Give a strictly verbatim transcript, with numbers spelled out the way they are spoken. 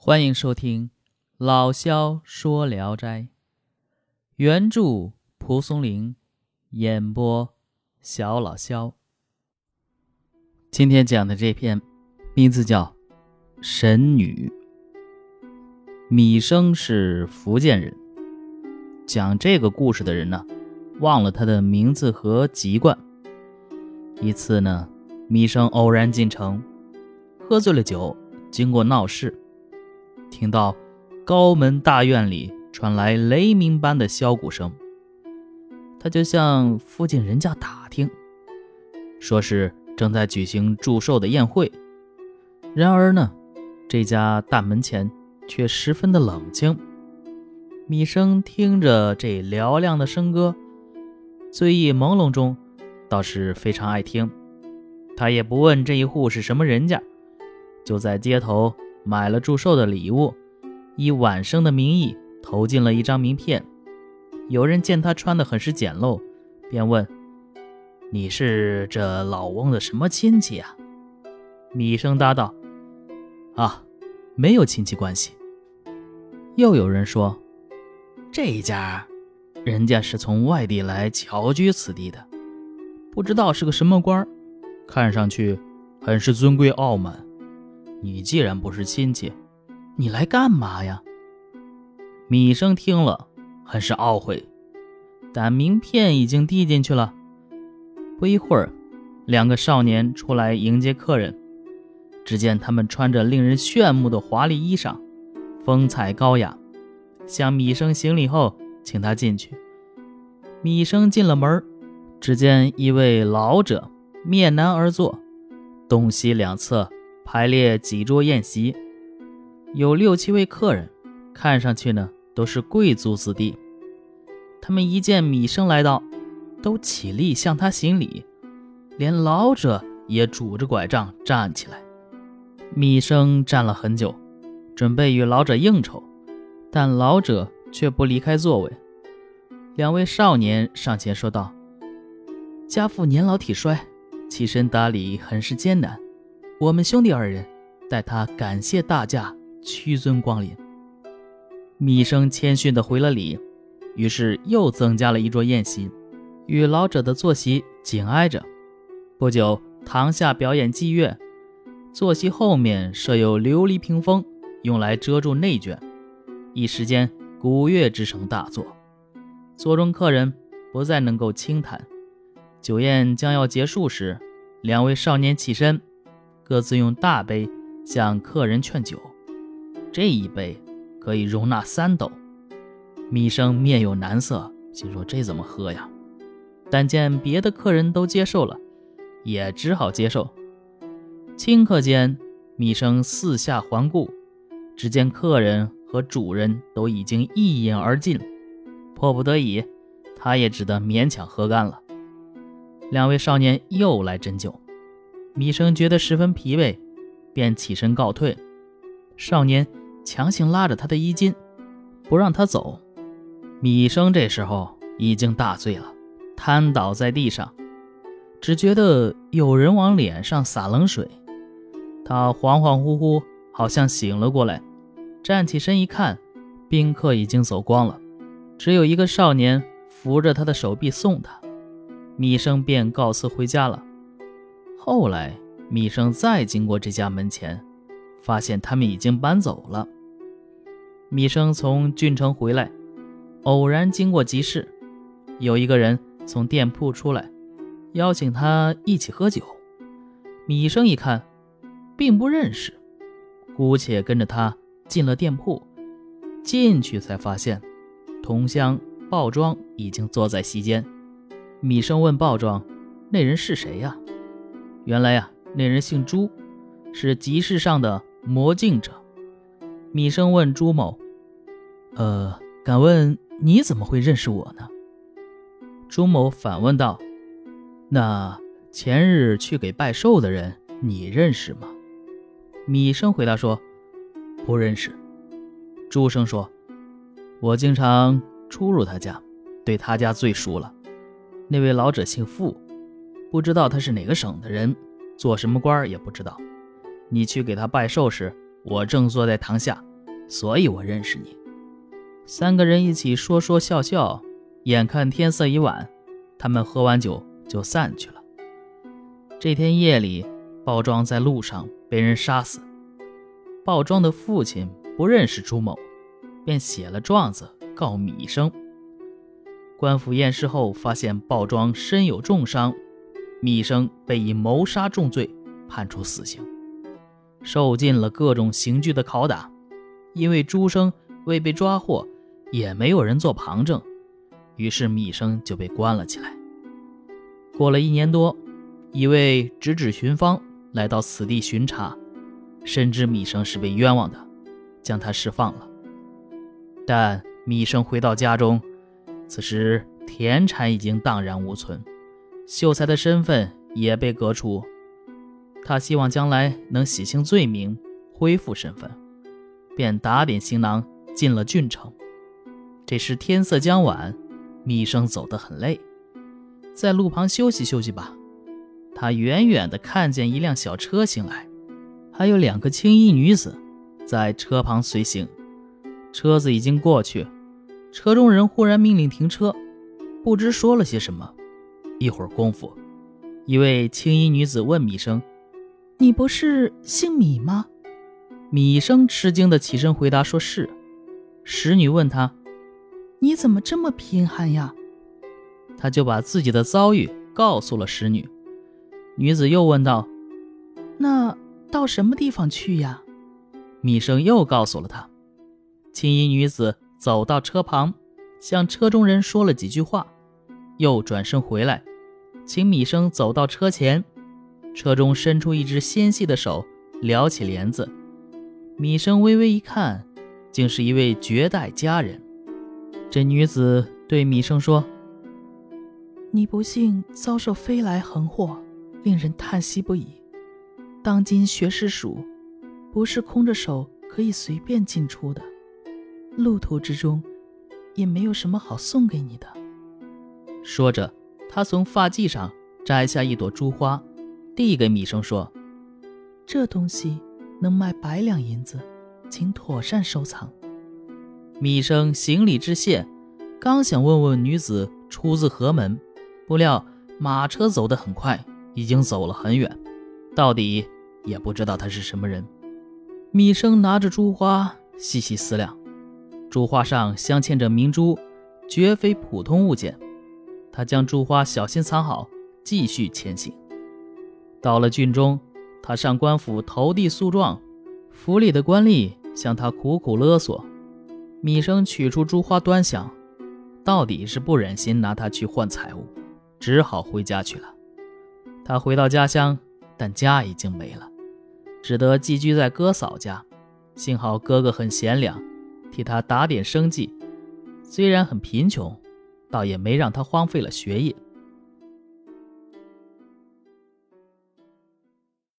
欢迎收听老萧说聊斋，原著蒲松龄，演播小老萧。今天讲的这篇名字叫神女。米生是福建人，讲这个故事的人呢，忘了他的名字和籍贯。一次呢，米生偶然进城，喝醉了酒，经过闹市，听到高门大院里传来雷鸣般的箫鼓声，他就向附近人家打听，说是正在举行祝寿的宴会。然而呢，这家大门前却十分的冷清。米生听着这嘹亮的笙歌，醉意朦胧中倒是非常爱听。他也不问这一户是什么人家，就在街头买了祝寿的礼物，以晚生的名义投进了一张名片。有人见他穿得很是简陋，便问：你是这老翁的什么亲戚啊？米生答道：啊，没有亲戚关系。又有人说：这一家人家是从外地来侨居此地的，不知道是个什么官，看上去很是尊贵傲慢。你既然不是亲戚，你来干嘛呀？米生听了很是懊悔，但名片已经递进去了。不一会儿，两个少年出来迎接客人，只见他们穿着令人炫目的华丽衣裳，风采高雅，向米生行礼后请他进去。米生进了门，只见一位老者面南而坐，东西两侧排列几桌宴席，有六七位客人，看上去呢都是贵族子弟。他们一见米生来到，都起立向他行礼，连老者也拄着拐杖站起来。米生站了很久，准备与老者应酬，但老者却不离开座位。两位少年上前说道：家父年老体衰，起身打理很是艰难，我们兄弟二人代他感谢大驾，屈尊光临。米生谦逊地回了礼，于是又增加了一桌宴席，与老者的坐席紧挨着。不久，堂下表演祭乐，坐席后面设有琉璃屏风，用来遮住内卷。一时间，鼓乐之声大作，座中客人不再能够轻谈。酒宴将要结束时，两位少年起身，各自用大杯向客人劝酒，这一杯可以容纳三斗。米生面有难色，心说这怎么喝呀？但见别的客人都接受了，也只好接受。顷刻间，米生四下环顾，只见客人和主人都已经一饮而尽，迫不得已，他也只得勉强喝干了。两位少年又来斟酒，米生觉得十分疲惫，便起身告退。少年强行拉着他的衣襟，不让他走。米生这时候已经大醉了，瘫倒在地上，只觉得有人往脸上洒冷水。他恍恍惚惚，好像醒了过来，站起身一看，宾客已经走光了，只有一个少年扶着他的手臂送他。米生便告辞回家了。后来米生再经过这家门前，发现他们已经搬走了。米生从郡城回来，偶然经过集市，有一个人从店铺出来，邀请他一起喝酒。米生一看并不认识，姑且跟着他进了店铺。进去才发现同乡鲍庄已经坐在席间。米生问鲍庄，那人是谁呀？原来呀，那人姓朱，是集市上的魔镜者。米生问朱某：呃，敢问你怎么会认识我呢？朱某反问道：那前日去给拜寿的人，你认识吗？米生回答说：不认识。朱生说：我经常出入他家，对他家最熟了。那位老者姓傅，不知道他是哪个省的人，做什么官也不知道。你去给他拜寿时，我正坐在堂下， 所以我认识你。三个人一起说说笑笑，眼看天色已晚，他们喝完酒就散去了。这天夜里，鲍庄在路上被人杀死。鲍庄的父亲不认识朱某，便写了状子告米生。官府验尸后发现鲍庄身有重伤，米生被以谋杀重罪判处死刑，受尽了各种刑具的拷打。因为朱生未被抓获，也没有人做旁证，于是米生就被关了起来。过了一年多，一位直指巡方来到此地巡查，深知米生是被冤枉的，将他释放了。但米生回到家中，此时田产已经荡然无存，秀才的身份也被革除。他希望将来能洗清罪名，恢复身份，便打点行囊进了郡城。这时天色将晚，米生走得很累，在路旁休息休息吧。他远远地看见一辆小车行来，还有两个青衣女子在车旁随行。车子已经过去，车中人忽然命令停车，不知说了些什么。一会儿功夫，一位青衣女子问米生：你不是姓米吗？米生吃惊地起身回答说是。使女问他：你怎么这么贫寒呀？他就把自己的遭遇告诉了使女。女子又问道：那到什么地方去呀？米生又告诉了他。青衣女子走到车旁，向车中人说了几句话，又转身回来，请米生走到车前。车中伸出一只纤细的手，撩起帘子。米生微微一看，竟是一位绝代佳人。这女子对米生说：你不幸遭受飞来横祸，令人叹息不已。当今学士署不是空着手可以随便进出的，路途之中也没有什么好送给你的。说着，他从发髻上摘下一朵珠花，递给米生说：这东西能卖百两银子，请妥善收藏。米生行礼致谢，刚想问问女子出自何门，不料马车走得很快，已经走了很远，到底也不知道他是什么人。米生拿着珠花细细思量，珠花上镶嵌着明珠，绝非普通物件。他将珠花小心藏好，继续前行。到了郡中，他上官府投递诉状，府里的官吏向他苦苦勒索。米生取出珠花端详，到底是不忍心拿它去换财物，只好回家去了。他回到家乡，但家已经没了，只得寄居在哥嫂家。幸好哥哥很贤良，替他打点生计，虽然很贫穷，倒也没让他荒废了学业。